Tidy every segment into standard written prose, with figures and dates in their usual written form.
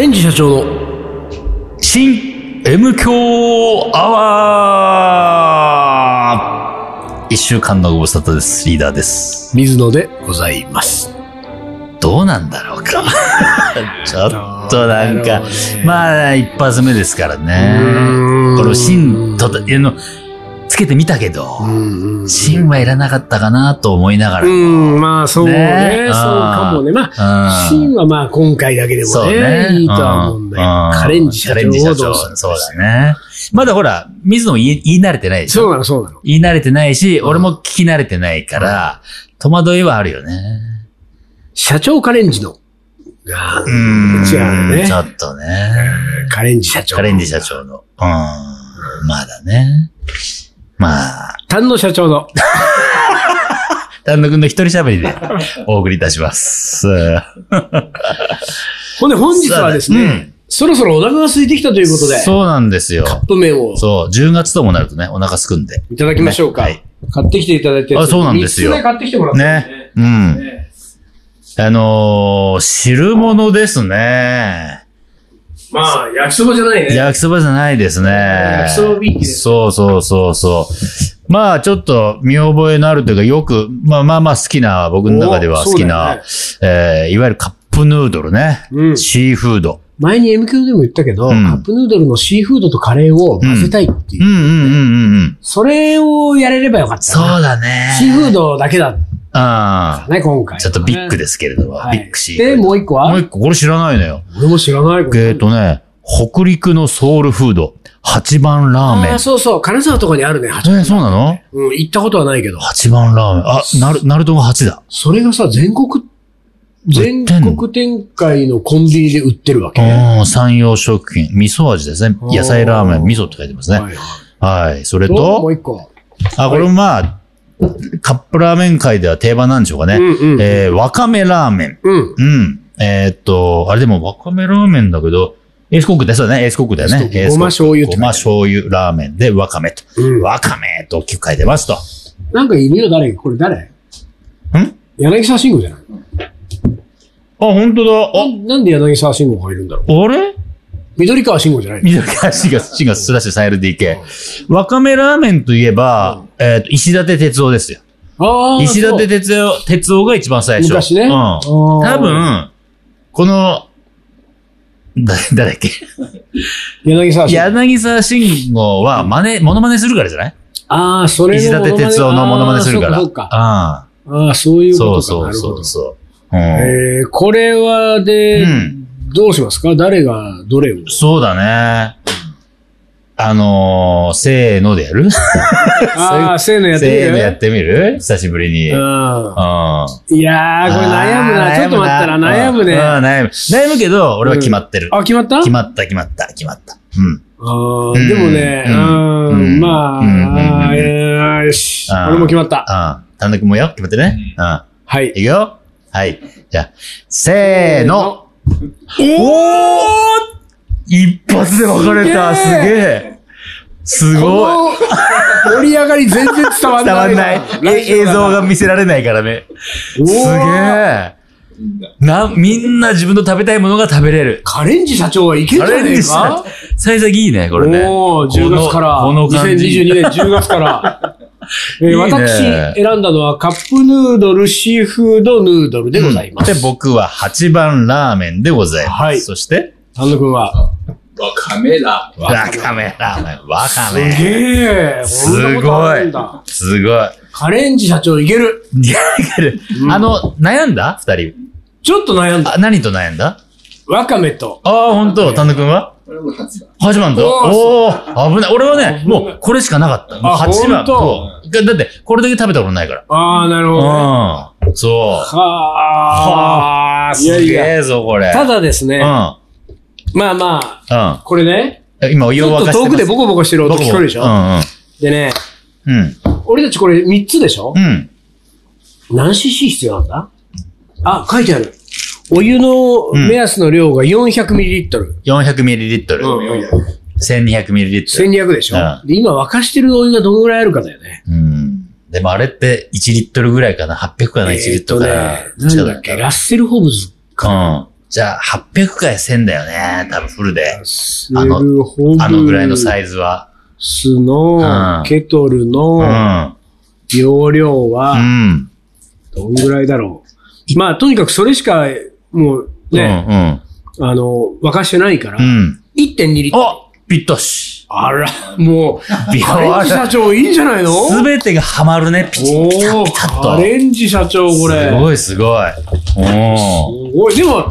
レンジ社長の新 M 強アワー。一週間のご無沙汰です。リーダーです。 水野でございます。 どうなんだろうか。ちょっとなんか、まあ一発目ですからね。この新つけてみたけど、芯はいらなかったかなと思いながら。 まあそうね。そうかもね。まあ、芯はまあ今回だけでもね、いいとは思うんだよ。カレンジ社長をどうする。 そうだね。まだほら、水野も言い慣れてないでしょ。 そうなの、そうなの。 言い慣れてないし、俺も聞き慣れてないから、戸惑いはあるよね。 社長カレンジの。違うね。 ちょっとね。 カレンジ社長。 カレンジ社長の。まだね。まあ。 丹野社長の。 丹野くんの一人喋りでお送りいたします。 ほんで本日はですね、そろそろお腹が空いてきたということで。 そうなんですよ。 カップ麺を。 そう、10月ともなるとね、お腹すくんで。 いただきましょうか。はい。買ってきていただいて。 そうなんですよ。 3つ買ってきてもらってね。汁物ですね。 まあ、焼きそばじゃないね。 焼きそばじゃないですね。 焼きそばビーキです。 そう。まあ、ちょっと見覚えのあるというか、よく、まあ好きな、僕の中では好きな、いわゆるカップヌードルね。シーフード。 前に MQ でも言ったけど、カップヌードルのシーフードとカレーを混ぜたいっていう。それをやれればよかった。 そうだね。 シーフードだけだ。ね、今回。 ちょっとビッグですけれども。ビッグシー。 で、もう一個はもう一個、これ知らないのよ。 俺も知らない。 北陸のソウルフード、八番ラーメン。 そう。金沢とかにあるね、 八番。そうなの？ 行ったことはないけど。 八番ラーメン。ナルトが8だ。 それがさ、全国展開のコンビニで売ってるわけ。 山陽食品、味噌味ですね。野菜ラーメン、味噌って書いてますね。はい。それと、 もう一個。 これもまあ、カップラーメン界では定番なんでしょうかね。わかめラーメン。あれでもわかめラーメンだけど、エースコックですよね。エースコックだよね。 ごま醤油ごま醤油ラーメンでわかめと。わかめと大きく書いてますと。 なんかいるよ、これ誰？柳沢慎吾じゃない？ 本当だ。 なんで柳沢慎吾がいるんだろう？ あれ？ 緑川慎吾じゃない？ 緑川慎吾スラッシュ 3LDK。わかめラーメンといえば、石立哲夫ですよ。石立哲夫が一番最初。 昔ね。 多分、この、誰だっけ？柳沢慎吾はモノマネするからじゃない？ それ石立哲夫のモノマネするから。 そうか。そういうことか。 そう。 これはどうしますか？誰がどれを？ そうだね。せーのでやる？ せーのやってみる？ せーのやってみる？久しぶりに。いやー、これ悩むな。ちょっと待ったら悩むね。 悩むけど、俺は決まってる。 決まった？ 決まった。 でもね、まあ、よし。俺も決まった。 単独もよ。決まってね。 はい。 いくよ。はい。じゃあ、せーの。一発で分かれた。すげえ。すごい。 盛り上がり全然伝わんない。 映像が見せられないからね。すげえ。みんな自分の食べたいものが食べれる。 カレンジ社長はいけんじゃねえか？ 幸先いいね、これね。 10月から。2022年10月から。私選んだのはカップヌードルシーフードヌードルでございます。 で、僕は8番ラーメンでございます。はい。そして丹野くんはわかめラーメン。 わかめ。 すげえ。 すごい。すごい。 カレンジ社長いける。 いける。悩んだ2人。 ちょっと悩んだ。 何と悩んだ？ わかめと。 本当。丹野くんは8番と。危ない。俺はね、もうこれしかなかった。8番と。だって、これだけ食べたことないから。 なるほどね。 そう。すげえぞ、これ。 ただですね。まあ、これね。 今、お湯を沸かしてます。 ちょっと遠くでボコボコしてる音聞こえるでしょ？でね。俺たちこれ3つでしょ？何 cc 必要なんだ？書いてある。お湯の目安の量が 400ml。 400ml。1200ml。 1200でしょ？で、今沸かしてるお湯がどのぐらいあるかだよね。 でもあれって1リットルぐらいかな？ 800 かな？ 1 リットルかな？ なんだっけ？ラッセルホブズか。 じゃあ、800回1000だよね。多分フルで。 セルホぐらいのサイズは。 スの、ケトルの、容量は、どんぐらいだろう。まあ、とにかくそれしか、もうね、沸かしてないから、1.2 リットル。 あ、ぴったし。 あら、もう、カレンジ社長いいんじゃないの？ すべてがハマるね、ピタッと。 カレンジ社長、これ。 すごい、すごい。 すごい。でも、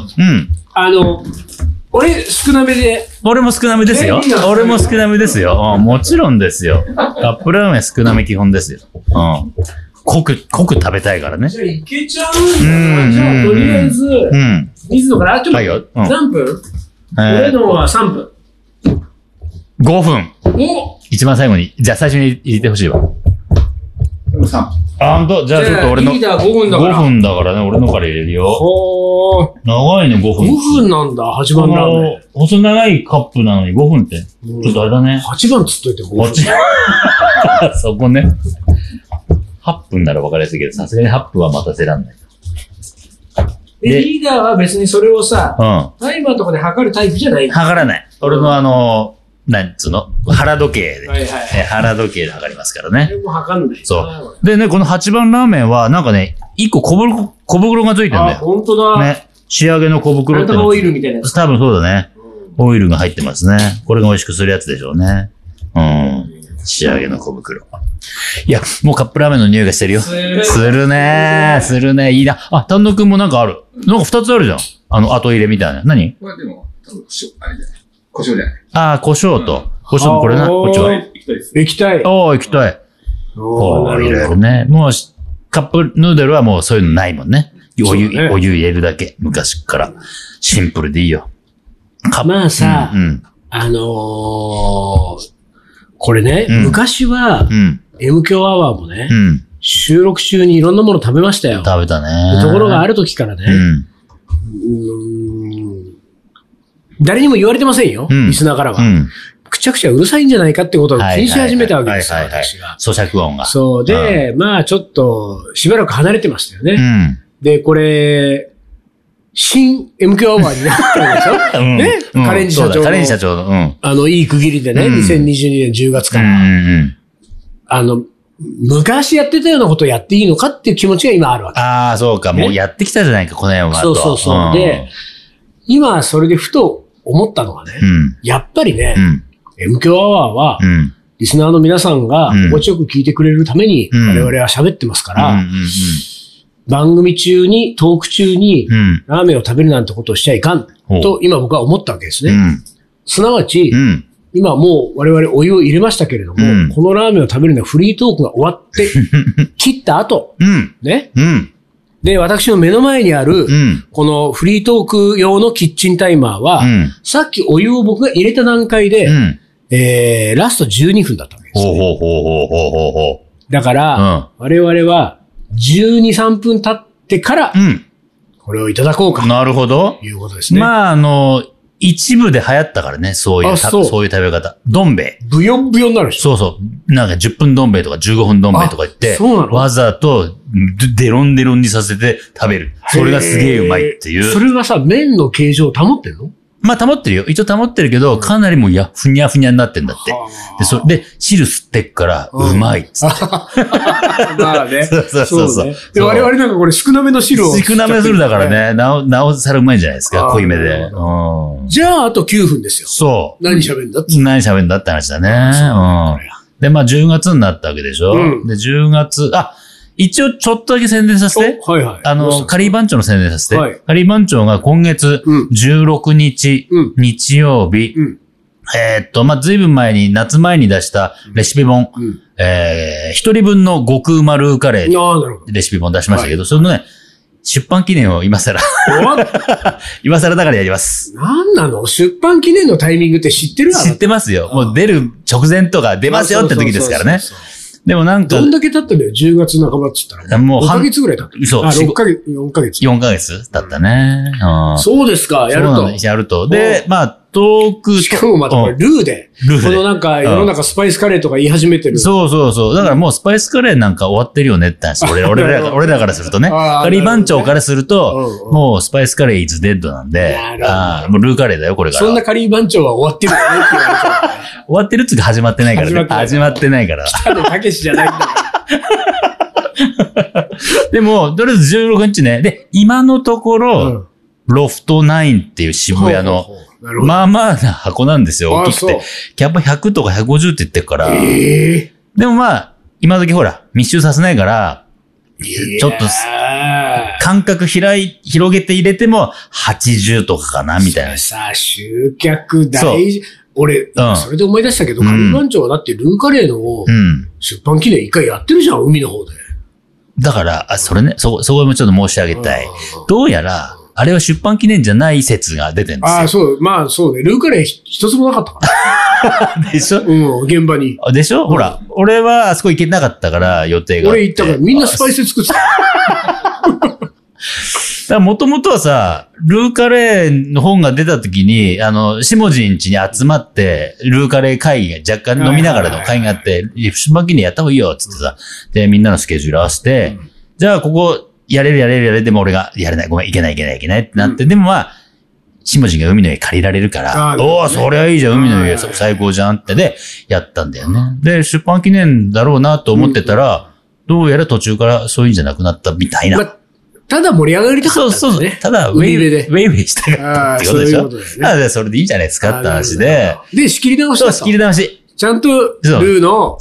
俺少なめで。 俺も少なめですよ。俺も少なめですよ。もちろんですよ。カップラーメン少なめ基本ですよ。濃く食べたいからね。 じゃあいけちゃうんだ。じゃあとりあえず、水野から、ちょっと、何分？俺のは3分。 5分。一番最後に、じゃあ最初に入れてほしいわ。 3。 ほんと？じゃあちょっと俺の。 リーダー5分だから。 5分だからね、俺のから入れるよ。長いね、5分。 5分なんだ、8番ラーメン。 細長いカップなのに5分って。ちょっとあれだね。 8番つっといて5分。 そこね。8分なら分かりやすいけど、さすがに8分は待たせらんない。 リーダーは別にそれをさ、タイマーとかで測るタイプじゃない？ 測らない。俺のなんつうの腹時計で。腹時計で測りますからね。 それも測んない。 そう。でね、この8番ラーメンは、なんかね、1個小袋がついてるんだよ。 ほんとだ。 ね。仕上げの小袋って。 オイルみたいなやつ。 多分そうだね。オイルが入ってますね。これが美味しくするやつでしょうね。仕上げの小袋。いや、もうカップラーメンの匂いがしてるよ。するね。いいな。あ、丹野くんもなんかある。なんか2つあるじゃん。後入れみたいな。何？ これでも、多分、あれじゃない。胡椒じゃない。 ああ、胡椒と。胡椒これな。こっちは。 液体です。 液体。 液体。入れるね。もう、カップヌードルはもうそういうのないもんね。お湯入れるだけ。昔から。シンプルでいいよ。 まあさ、これね、昔は、M 強アワーもね、収録中にいろんなもの食べましたよ。 食べたね。 ところがある時からね、誰にも言われてませんよ、リスナーからは。くちゃくちゃうるさいんじゃないかってことを気にし始めたわけですよ、私が。 咀嚼音が。 そう。で、まあちょっと、しばらく離れてましたよね。で、これ、新 M 強アワーになったんでしょね、カレンジ社長の。 カレンジ社長の。 いい区切りでね、2022年10月から。昔やってたようなことをやっていいのかっていう気持ちが今あるわけ。 ああ、そうか。もうやってきたじゃないか、この辺は。 そう。で、今それでふと思ったのはね、やっぱりね、M 強アワーは、リスナーの皆さんが心地よく聞いてくれるために我々は喋ってますから、番組中に、トーク中に、ラーメンを食べるなんてことをしちゃいかん、と今僕は思ったわけですね。すなわち、今もう我々お湯を入れましたけれども、このラーメンを食べるのはフリートークが終わって、切った後、ね。で、私の目の前にある、このフリートーク用のキッチンタイマーは、さっきお湯を僕が入れた段階で、ラスト12分だったわけですね。だから、我々は、12、3分経ってから、これをいただこうか。 なるほど。 いうことですね。 まあ、一部で流行ったからね、そういう食べ方。どん兵衛。 ブヨンブヨンになるでしょ。 そう。なんか10分どん兵衛とか15分どん兵衛とか言って、わざとデロンデロンにさせて食べる。それがすげえうまいっていう。 それはさ、麺の形状を保ってるの？ まあ、保ってるよ。一応保ってるけど、かなりもうふにゃふにゃになってんだって。で、汁吸ってっから、うまいっつって。 まあね。 そう。 で、我々なんかこれ少なめの汁を。 少なめ汁だからね。なおさらうまいんじゃないですか。濃いめで。 じゃあ、あと9分ですよ。 そう。 何喋んだって話だね。で、まあ、10月になったわけでしょ。で、10月、一応ちょっとだけ宣伝させて。カリー番長の宣伝させて。カリー番長が今月16日、日曜日、まあ、ずいぶん前に、夏前に出したレシピ本、一人分の極うまルーカレーレシピ本出しましたけど、そのね、出版記念を今更今更だからやります。 なんなの？出版記念のタイミングって知ってる？ 知ってますよ。もう出る直前とか出ますよって時ですからね。でもなんか。 どんだけ経ったんだよ ?10 月半ばって言ったら。もう5ヶ月ぐらい経った。 そう。 6ヶ月、4ヶ月。 4ヶ月経ったね。 そうですか、やると。 やると。で、まあ、 トーク。 しかもまたこれルーで。このなんか世の中スパイスカレーとか言い始めてる。 そうそうそう。だからもうスパイスカレーなんか終わってるよねって話。俺らからするとね。カリー番長からすると、もうスパイスカレー is dead なんで、もうルーカレーだよ、これから。 そんなカリー番長は終わってるよねって言われちゃう。 終わってるっつうか始まってないからね。始まってないから。 北野武じゃないんだから。 でも、とりあえず16日ね。で、今のところ、ロフト9っていう渋谷の、まあまあな箱なんですよ。大きくて。キャパ100とか150って言ってるから。でもまあ、今時ほら、密集させないから、ちょっと、間隔広げて入れても80とかかな、みたいな。 さあ、集客大事。俺、それで思い出したけど、カリー番長はだってルーカレーの出版記念一回やってるじゃん、海の方で。 だから、それね、そこもちょっと申し上げたい。どうやら、あれは出版記念じゃない説が出てるんですよ。 ああ、そう。まあ、そうね。ルーカレー一つもなかったから。 でしょ現場に。 でしょほら、俺はあそこ行けなかったから、予定が。 俺行ったから、みんなスパイス作ってた。 もともとはさ、ルーカレーの本が出た時に、下地ん家に集まって、ルーカレー会議が若干飲みながらの会議があって、出版記念やった方がいいよ、つってさ。で、みんなのスケジュール合わせて、じゃあここ、やれる、でも俺がやれない、ごめん、いけないってなって、でもまあ、下地が海の家借りられるから、おー、そりゃいいじゃん、海の家最高じゃんってで、やったんだよね。で、出版記念だろうなと思ってたら、どうやら途中からそういうんじゃなくなったみたいな。 ただ盛り上がりたかったんですね。 そう。ただ、ウェイしたかったってことでしょ。そういうことですね。それでいいじゃないですかって話で。 で、仕切り直し。 そう、仕切り直し。 ちゃんと、ルーの、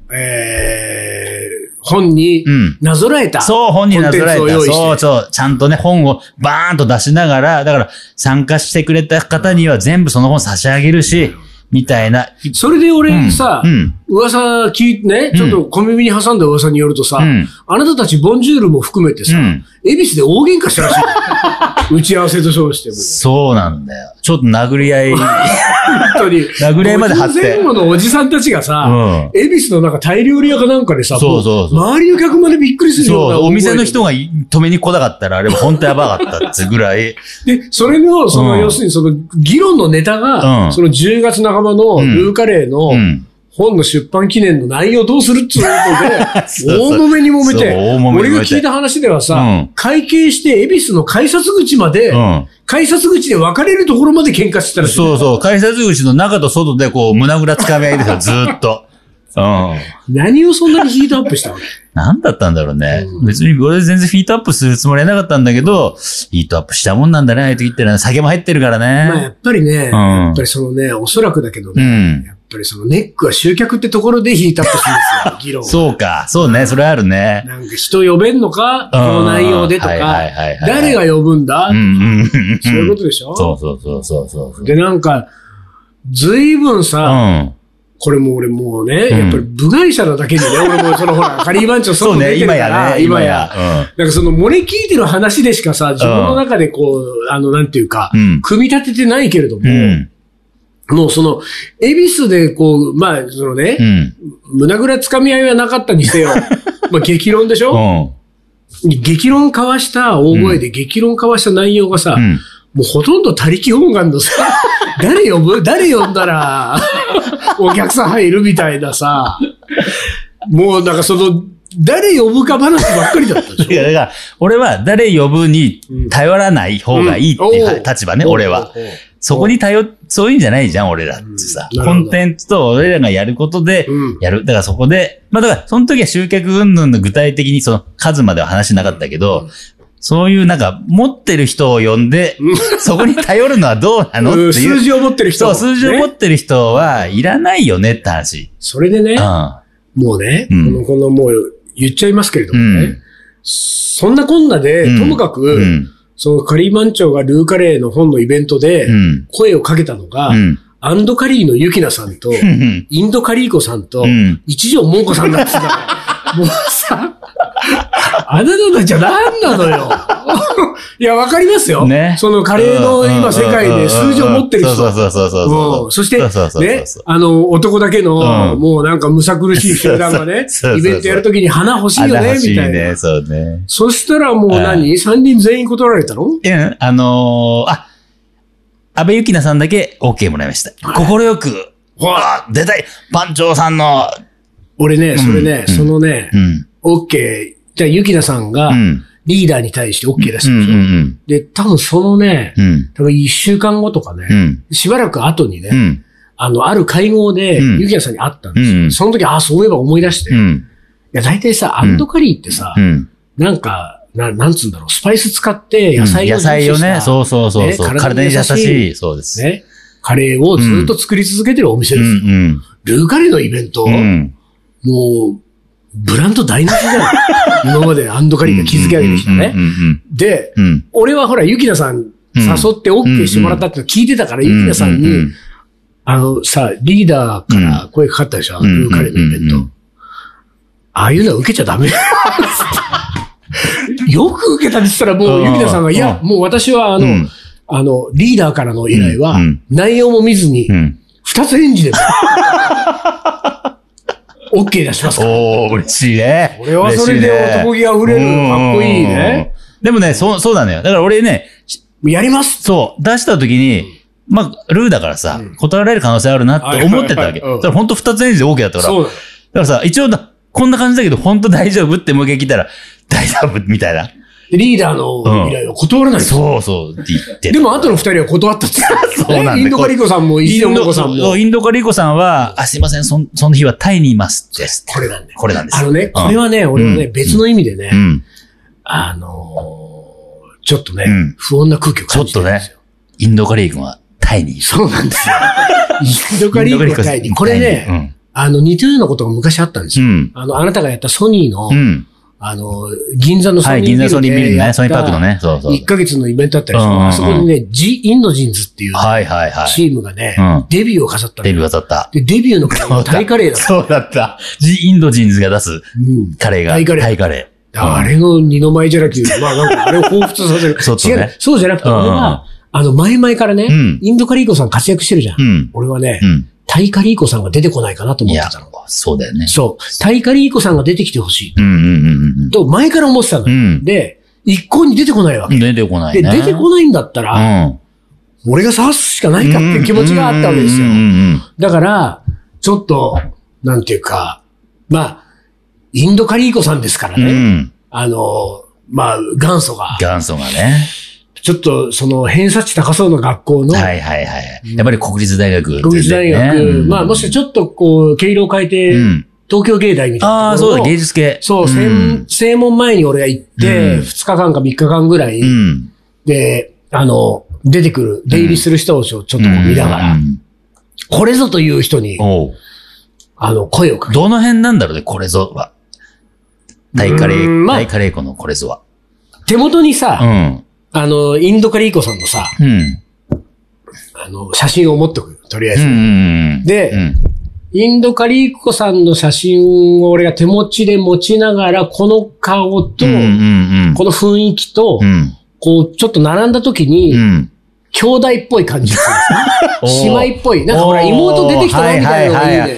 本になぞらえた。 そう、本になぞらえた。そう。ちゃんとね、本をバーンと出しながら、だから参加してくれた方には全部その本差し上げるし、みたいな。 それで俺さ、噂聞いてね、ちょっと小耳に挟んだ噂によるとさ、あなたたちボンジュールも含めてさ、恵比寿で大喧嘩したらしい。打ち合わせと称しても。 そうなんだよ。ちょっと殴り合い。本当に。 殴り合いまで発展。 前後のおじさんたちがさ、恵比寿のなんかタイ料理屋かなんかでさ、周りの客までびっくりするような。 お店の人が止めに来なかったら、あれも本当やばかったってぐらい。 で、それの、要するにその、議論のネタが、その10月半ばのルーカレーの、本の出版記念の内容どうするっつうことで、大揉めに揉めて、俺が聞いた話ではさ、会計して恵比寿の改札口まで、改札口で別れるところまで喧嘩してたらしい。 そう。改札口の中と外でこう、胸ぐらつかみ合いですよ、ずーっと。 何をそんなにヒートアップしたの？ 何だったんだろうね。別に俺全然ヒートアップするつもりはなかったんだけど、ヒートアップしたもんなんだね、ああいう時ってね。酒も入ってるからね。 まあやっぱりね、やっぱりそのね、おそらくだけどね、やっぱりそのネックは集客ってところでヒートアップするんですよ、議論。 そうか。そうね。それあるね。 なんか人呼べんのかこの内容でとか、誰が呼ぶんだそういうことでしょ？ そう。 で、なんか、ずいぶんさ、これも俺もうね、やっぱり部外者なだけにね、俺もそのほら、カリー番長外出てるから、今や。なんかその漏れ聞いてる話でしかさ、自分の中でこう、なんていうか、組み立ててないけれども、もうその、恵比寿でこう、まあ、そのね、胸ぐらつかみ合いはなかったにせよ、まあ激論でしょ？激論交わした大声で激論交わした内容がさ、もうほとんど他力本願のさ、誰呼んだら、お客さん入るみたいなさ、もうなんかその、誰呼ぶか話ばっかりだったでしょ。 いや、だから、俺は誰呼ぶに頼らない方がいいっていう立場ね、俺は。そこにそういうんじゃないじゃん、俺らってさ。コンテンツと俺らがやることで、やる。だからそこで、まあだから、その時は集客云々の具体的にその数までは話しなかったけど、そういうなんか、持ってる人を呼んで、そこに頼るのはどうなのっていう。 数字を持ってる人。 そう、数字を持ってる人はいらないよねって話。 それでね、もうね、このもう言っちゃいますけれどもね、そんなこんなで、ともかく、そのカリー番長がルーカレーの本のイベントで声をかけたのが、アンドカリーのユキナさんと、インドカリーコさんと、一条モンコさんだって言ってた。もうさ、あなたたちは何なのよ。いや、わかりますよ。ね。そのカレーの今世界で数字を持ってる人。そう。そして、ね、男だけの、もうなんかむさ苦しい集団がね、イベントやるときに花欲しいよね、みたいな。 そうね。 そしたらもう3人全員断られたの？ 安倍ゆきなさんだけ OK もらいました。心よく、出たい番長さんの。 俺ね、それね、そのね、OK、じゃあゆきなさんが、リーダーに対して OK 出したんでしょ。で、多分そのね、多分1週間後とかね、しばらく後にね、ある会合で、ゆきなさんに会ったんですよ。その時、そういえば思い出して、いや、大体さ、アンドカリーってさ、なんか、なんつうんだろう、スパイス使って野菜をね、そう。体に優しい、そうです。 ね。カレーをずっと作り続けてるお店ですよ。ルーカレーのイベント、もう、ブランド台無しじゃない今までアンドカリーが築き上げてきたね。で、俺はほら、ゆきなさん誘って OK してもらったって聞いてたから、ゆきなさんに、さ、リーダーから声かかったでしょ、ルーカレーのイベント。ああいうのは受けちゃダメ。よく受けたりしたらもう、ゆきなさんが、いや、もう私はリーダーからの依頼は、内容も見ずに、二つ返事で、OK 出しますから。 嬉しいね。 俺はそれで男気あふれる、かっこいいね。 でもね、そうなのよ。だから俺ね、 やります。 そう、出した時に、ルーだからさ、断られる可能性あるなって思ってたわけ。だから本当二つ返事で OK だったから。だからさ、一応こんな感じだけど、本当大丈夫ってもう一回聞いたら、大丈夫みたいな。 リーダーの依頼を断らない。 そうって言って。 でも後の二人は断ったって。 そうなんだ。 インドカリコさんも石野桃子さんも。 インドカリコさんは、すいません、その日はタイにいますって。 これなんだよ。 これなんです。 これはね、俺はね、別の意味でね、ちょっとね、不穏な空気を感じてるんですよ。 ちょっとね、インドカリコはタイにいる。 そうなんですよ。インドカリコはタイに。これね、似たようなことが昔あったんですよ。あなたがやったソニーの、銀座のソニービルで。 銀座ソニービルね、ソニーパークのね、そう。 1ヶ月のイベントだったりして、あそこにね、インドジーンズっていうチームがね、デビューを飾った。 デビューを飾った。 で、デビューのカレーはタイカレーだった。 そうだった。インドジーンズが出すカレーが。タイカレー。 あれの二の舞じゃなくて、なんかあれを彷彿させる。違う。そうじゃなくて、俺は、前々からね、インドカリーコさん活躍してるじゃん。俺はね、タイカリーコさんが出てこないかなと思ってたの。 そうだよね。 そう。タイカリーコさんが出てきてほしい。と、前から思ってたの。で、一向に出てこないわけ。 出てこないね。 で、出てこないんだったら、俺が探すしかないかって気持ちがあったわけですよ。だから、ちょっと、なんていうか、インドカリーコさんですからね。元祖が。 元祖がね。 ちょっと、偏差値高そうな学校の。 やっぱり国立大学。 国立大学。もしちょっと毛色を変えて、東京芸大みたいな。 そうだ、芸術系。 そう、正門前に俺が行って、2日間か3日間ぐらい、で、出てくる、出入りする人をちょっと見ながら、これぞという人に、声をかける。 どの辺なんだろうね、これぞは。タイカレー粉のこれぞは。 手元にさ、インドカリーコさんのさ、写真を持っておく。とりあえず。で、インドカリーコさんの写真を俺が手持ちで持ちながら、この顔と、この雰囲気と、ちょっと並んだ時に、兄弟っぽい感じですね。姉妹っぽい。なんかほら、妹出てきたなみたいなのがいいんだ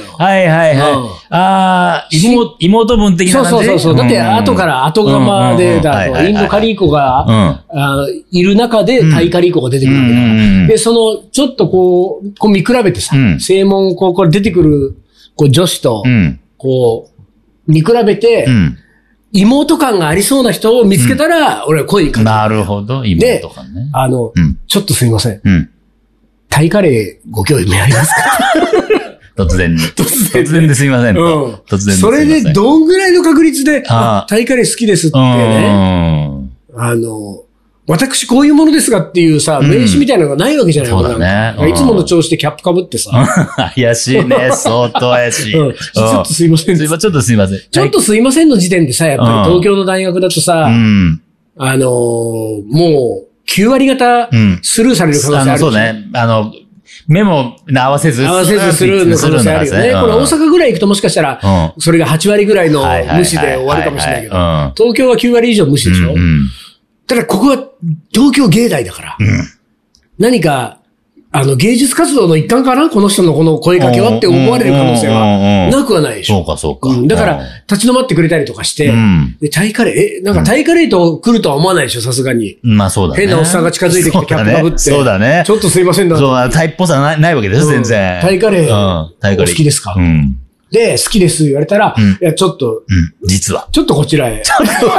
よ。 妹分的な感じ。 そう。だって後から後釜で、インドカリーコが、いる中でタイカリーコが出てくるわけだから。で、ちょっとこう見比べてさ、正門、これ出てくる、女子と、見比べて、妹感がありそうな人を見つけたら、俺は声にかける。 なるほど、妹感ね。 ちょっとすいません。タイカレーご興味ありますか突然に。突然ですいません。突然それでどんぐらいの確率で、タイカレー好きですってね。私こういうものですがっていうさ、名刺みたいなのがないわけじゃないそうだね。 いつもの調子でキャップ被ってさ。 怪しいね、相当怪しい。 ちょっとすいません。 ちょっとすいません。 ちょっとすいませんの時点でさ、やっぱり東京の大学だとさ、もう、9割方スルーされる可能性ある。 そうね。目も合わせず。 合わせずスルーの可能性あるよね。これ大阪ぐらい行くともしかしたら、それが8割ぐらいの無視で終わるかもしれないけど、東京は9割以上無視でしょ。ただここは東京芸大だから、何か芸術活動の一環かなこの人のこの声かけはって思われる可能性はなくはないでしょ。 そうか、そうか。 だから、立ち止まってくれたりとかして、で、タイカレー、なんかタイカレーと来るとは思わないでしょ、さすがに。 まあそうだね。 変なおっさんが近づいてきてキャップかぶって。 そうだね。 ちょっとすいませんな。 そう、タイっぽさないわけですよ、全然。 タイカレー、お好きですかで、好きです言われたら、いや、ちょっと、 実は。 ちょっとこちらへ。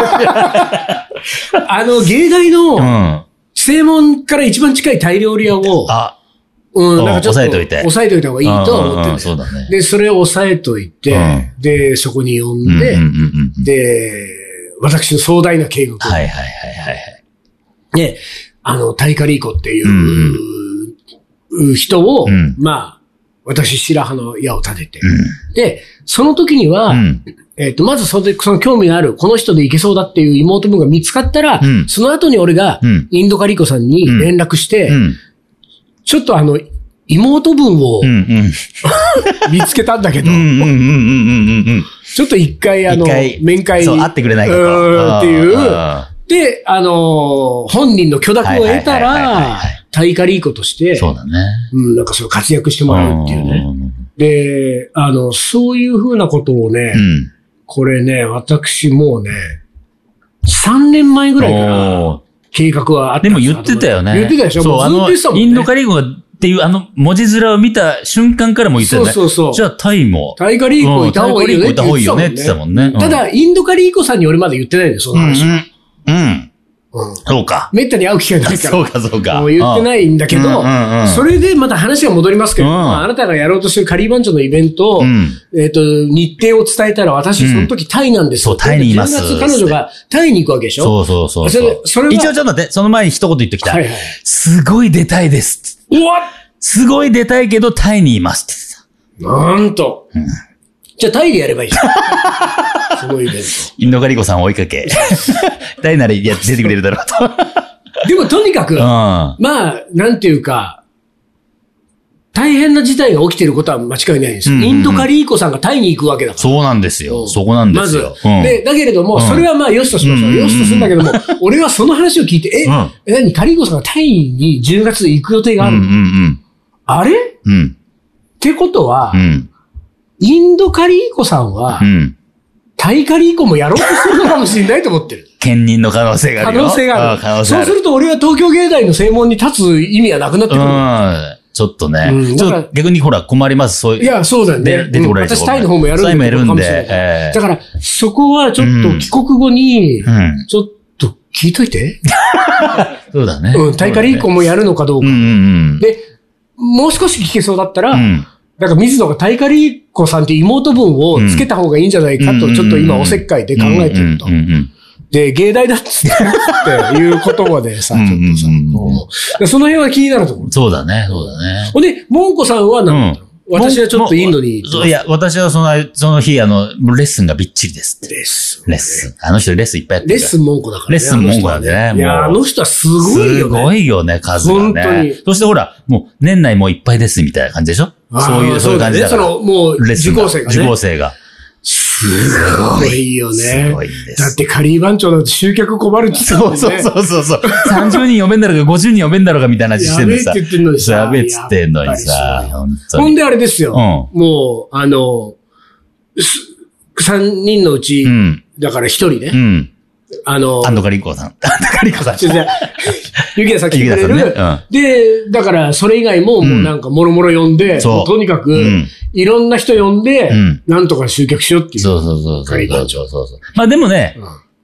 芸大の、正門から一番近いタイ料理屋を、なんかちょっと、押さえといた方がいいとは思ってる。 そうだね。 で、それを押さえといて、で、そこに呼んで、で、私の壮大な計画を。 はい。 で、タイカリーコっていう人を、まあ、私、白羽の矢を立てて。で、その時には、まずその興味のある、この人でいけそうだっていう妹分が見つかったら、その後に俺が、インドカリーコさんに連絡して、ちょっと妹分を見つけたんだけど、ちょっと一回面会そう、会ってくれないかと。 っていう。で、本人の許諾を得たら、タイカリーコとして、 そうだね。 なんかそう活躍してもらうっていうね。で、そういうふうなことをね、これね、私もうね、3年前ぐらいから計画はあった。 でも言ってたよね。 言ってたでしょ。 そう、インドカリーコっていう文字面を見た瞬間からも言ってたね。そう。じゃあタイも。 タイカリーコいた方がいいよね。 いた方がいいよねって言ってたもんね。 ただ、インドカリーコさんに俺まだ言ってないんだよ、その話。そうか。 めったに会う機会ないから。 そうか。 もう言ってないんだけど、それでまた話が戻りますけど、あなたがやろうとしてるカリー番長のイベント、日程を伝えたら私その時タイなんですよ。 そう、タイにいます。 10月彼女がタイに行くわけでしょ。 そう。それ一応ちょっと待って、その前に一言言ってきた。すごい出たいです。すごい出たいけどタイにいますって。 なんと。じゃあタイでやればいいじゃん。そのイベント。 インドカリーコさんを追いかけ。タイなら出てくれるだろうと。 でもとにかく、まあ、なんていうか、大変な事態が起きていることは間違いないんですよ。インドカリーコさんがタイに行くわけだから。 そうなんですよ。そこなんですよ。 まず。で、だけれども、それはまあ、よしとしましょう。よしとするんだけども、俺はその話を聞いて、何カリーコさんがタイに10月行く予定があるの？あれってことは、インドカリーコさんは、タイカリーコもやろうとするのかもしれないと思ってる。 兼任の可能性があるよ。 可能性がある。そうすると俺は東京芸大の正門に立つ意味はなくなってくる。 ちょっとね。ちょっと逆にほら困ります。そういう。 いや、そうだよね。 出てこられて。 私タイの方もやるんで。 タイもやるんで。 だから、そこはちょっと帰国後に、ちょっと聞いといて。 そうだね。 タイカリーコもやるのかどうか。で、もう少し聞けそうだったら、なんか水野がタイカリーコさんって妹分をつけた方がいいんじゃないかと、ちょっと今おせっかいで考えてると。で、芸大だっつっていう言葉でさ、ちょっとさ、その辺は気になるところ。 そうだね。 ほんで、モンコさんは何だったの？私はちょっとインドに。 いや、私はその日、レッスンがびっちりですって。レッスン。あの人レッスンいっぱいやってる。 レッスンモンコだからね。 レッスンモンコなんでね。 いや、あの人はすごいよね。 すごいよね、数がね。本当に。そしてほら、もう年内もういっぱいですみたいな感じでしょ？そういう感じだから。 もう、受講生がね。 受講生が。 すごいよね。 すごいです。 だってカリー番長なんて集客困るって言ってたもんね。 そう。30人呼べんだろうか、50人呼べんだろうかみたいな話してんのさ。 やべえって言ってんのにさ。 やべえっつってんのにさ。 ほんであれですよ。もう、3人のうち、だから1人ね。 アンドカリーコさん。 ゆきやさん来てくれる。で、だからそれ以外も、もうなんかもろもろ呼んで、とにかく、いろんな人呼んで、なんとか集客しようっていう。 そう。まあでもね、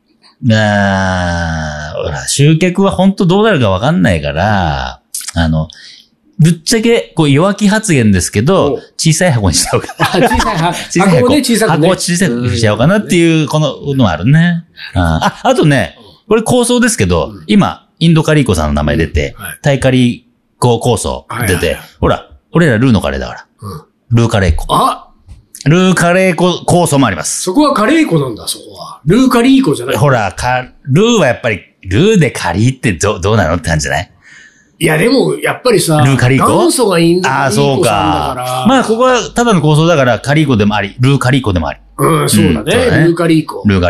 集客は本当どうなるかわかんないから、ぶっちゃけ、弱気発言ですけど、小さい箱にしちゃおうかな。 小さい箱をね、小さくね。 箱を小さくしちゃおうかなっていう、こののあるね。あとね、これ構想ですけど、今、インドカリーコさんの名前出て、タイカリーコ構想出て、ほら、俺らルーのカレーだから。ルーカレーコ。ルーカレーコ構想もあります。 そこはカレーコなんだ、そこは。ルーカリーコじゃない。 ほら、ルーはやっぱり、ルーでカリーってどうなのって感じじゃない？ いや、でも、やっぱりさ、 ルーカリーコ元祖がインドカリーコさんだから。 まあ、ここはただの構想だから、カリーコでもあり、ルーカリーコでもあり。 そうだね。ルーカリーコ。 ルーカリーコ。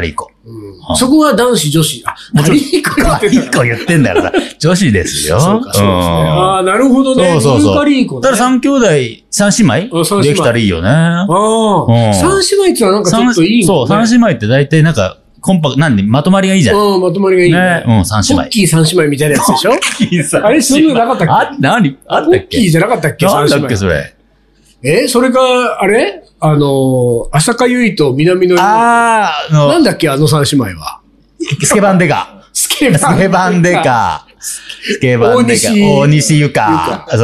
そこは男子、女子。 カリーコ言ってんだからさ、女子ですよ。 そうか、そうですね。ああ、なるほどね。 そう。 カリーコね。 だから3兄弟、3姉妹できたらいいよね。 ああ。3姉妹ってのはなんかちょっといいそう、3姉妹って大体なんか、コンパクト、まとまりがいいじゃん。 まとまりがいいね。 3姉妹。 ポッキー3姉妹みたいなやつでしょ？ポッキー3姉妹。あれ、そういうのなかったっけ？あったっけ？ ポッキーじゃなかったっけ？ なんだっけ、それ。 それか、あれ浅香唯と南野なんだっけ、3姉妹は。 スケバンデカ。スケバンデカ。大西ゆか。そう。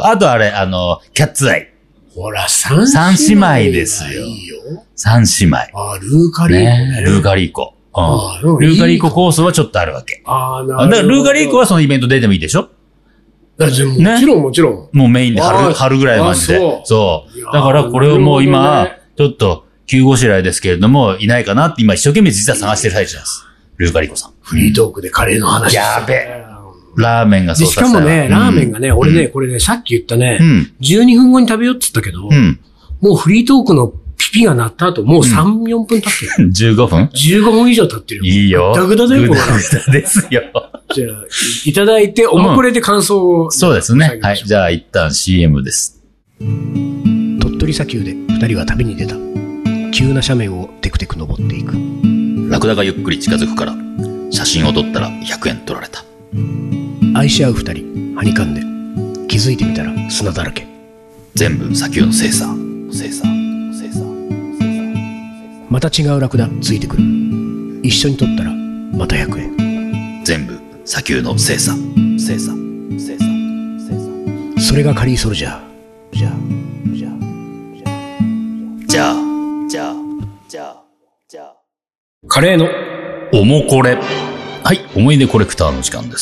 あとあれ、キャッツアイ。 ほら、3 姉妹ですよ。3姉妹。 ルーカリーコね。 ルーカリーコ。ルーカリーココースはちょっとあるわけ。 なるほど。 だからルーカリーコはそのイベント出てもいいでしょ？ もちろん。 もうメインで春ぐらいまで。そう。だからこれをもう今、ちょっと急ごしらえですけれども、いないかなって今一生懸命実は探してる最中なんです。ルーカリコさん。 フリートークでカレーの話。 やべえ。ラーメンがそうしかもね、ラーメンがね、俺ね、これね、さっき言ったね、12分後に食べようって言ったけど、もうフリートークのピピが鳴った後、もう3、4分経ってる。 15分 ?15 分以上経ってるよ。 いいよ。 グダグダだよ、これ。 グダグダですよ。 じゃあ、いただいて、おもこれで感想を。 そうですね。はい。じゃあ、一旦 CM です。 鳥取砂丘で2人は旅に出た。急な斜面をテクテク登っていく。 ラクダがゆっくり近づくから、写真を撮ったら100円取られた。 愛し合う2人、はにかんで。気づいてみたら砂だらけ。 全部砂丘の精査。 また違うラクダついてくる。一緒に撮ったらまた100円。 全部砂丘の精査。 それがカリーソルジャー。じゃあカレーのおもこれ。はい、思い出コレクターの時間です。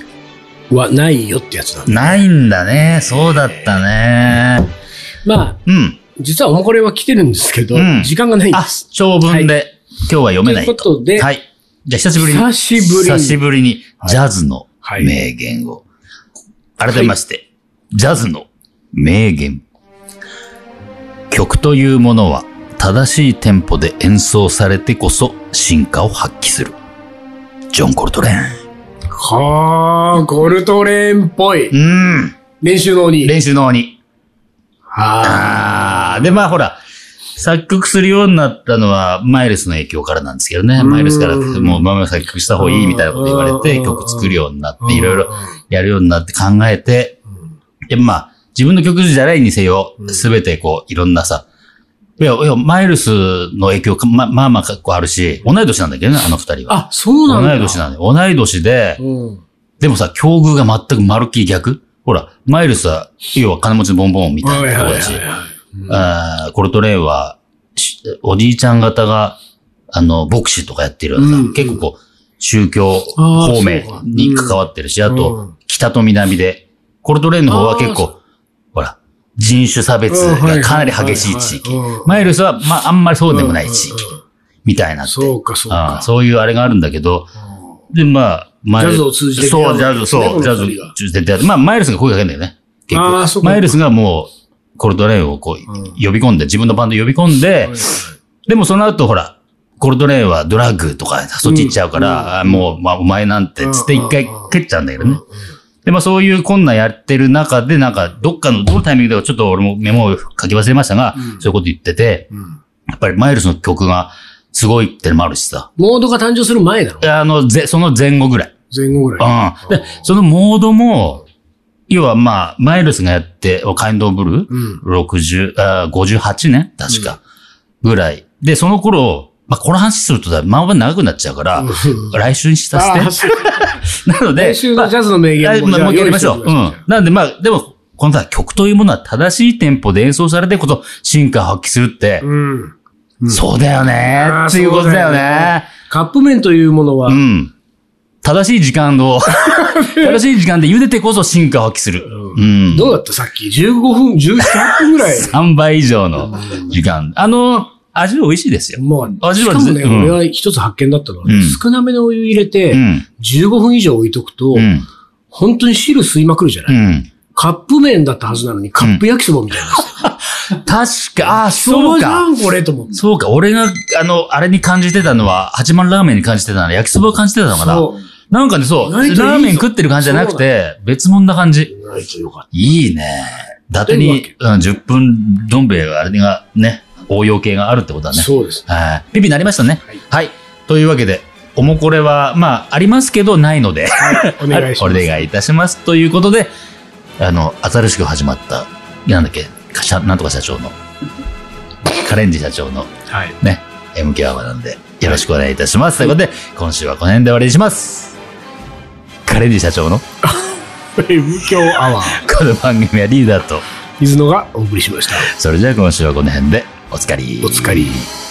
はないよってやつなんだ。 ないんだね。そうだったね。 まあ、実はおもこれは来てるんですけど、時間がないんです。 長文で、今日は読めないと。 ということで、 はい。じゃあ久しぶりに、ジャズの名言を。改めまして、ジャズの名言。曲というものは、正しいテンポで演奏されてこそ進化を発揮する。ジョン・コルトレーン。 はあ、コルトレーンっぽい。練習の鬼。 で、まあほら、作曲するようになったのはマイルスの影響からなんですけどね。マイルスからもうママ作曲した方がいいみたいなこと言われて曲作るようになっていろいろやるようになって考えて、まあ自分の曲じゃないにせよ、すべてこういろんなさ、いや、マイルスの影響まあ結構あるし、同い年なんだけどね、あの二人は。 あ、そうなんだ。 同い年なんだよ。同い年で、でもさ、境遇が全くまるっきり逆。ほら、マイルスは、要は金持ちのボンボンみたいなとこだし、コルトレーンは、おじいちゃん方が、牧師とかやってるような、結構こう、宗教方面に関わってるし、あと、北と南で、コルトレーンの方は結構、ほら、人種差別がかなり激しい地域。マイルスは、まあ、あんまりそうでもない地域。みたいなって。 そうか。 そういうあれがあるんだけど、で、まあ、 ジャズを通じて。 ジャズを通じて。まあ、マイルスが声かけるんだよね。結構。マイルスがもう、コルトレーンをこう、呼び込んで、自分のバンド呼び込んで、でもその後ほら、コルトレーンはドラッグとか、そっち行っちゃうから、もう、まあ、お前なんて、つって一回蹴っちゃうんだけどね。で、まあそういう困難やってる中で、なんか、どのタイミングでちょっと俺もメモを書き忘れましたが、そういうこと言ってて、やっぱりマイルスの曲がすごいってのもあるしさ。 モードが誕生する前だろ？ その前後ぐらい。で、そのモードも、要はまあ、マイルスがやって、カインドオブルー、58年確か。ぐらい。で、その頃、まあ、この話するとまあ長くなっちゃうから、来週にさせて。なので、 来週のジャズの名言もやりましょう。なんでまあ、でも、このさ、曲というものは正しいテンポで演奏されてこそ進化を発揮するって、そうだよねっていうことだよね。 カップ麺というものは、 正しい時間で茹でてこそ進化を発揮する。 どうだったさっき15分、100分ぐらい。 3倍以上の時間。味は美味しいですよ。 しかもね、俺は一つ発見だったのは、少なめのお湯入れて、15分以上置いとくと、本当に汁吸いまくるじゃない？カップ麺だったはずなのに、カップ焼きそばみたいな。 確か、そうか。 これと思って。 そうか、俺が、あれに感じてたのは、八幡ラーメンに感じてたのは、焼きそばを感じてたのかな。なんかね、そう、ラーメン食ってる感じじゃなくて、別物な感じ。いいね。伊達に、10分どん兵衛があれがね、応用系があるってことだね。 そうです。 ピピなりましたね。はい。というわけで、おもこれは、まあ、ありますけど、ないので、 お願いします。 お願いいたします。ということで、新しく始まった、なんだっけ、なんとか社長の、カレンジ社長の、ね、MK アワーなんで、よろしくお願いいたします。ということで、今週はこの辺で終わりにします。カレンジ社長の、 MK アワー。 この番組はリーダーと、 水野がお送りしました。 それじゃあ今週はこの辺で、おつかり。 おつかり。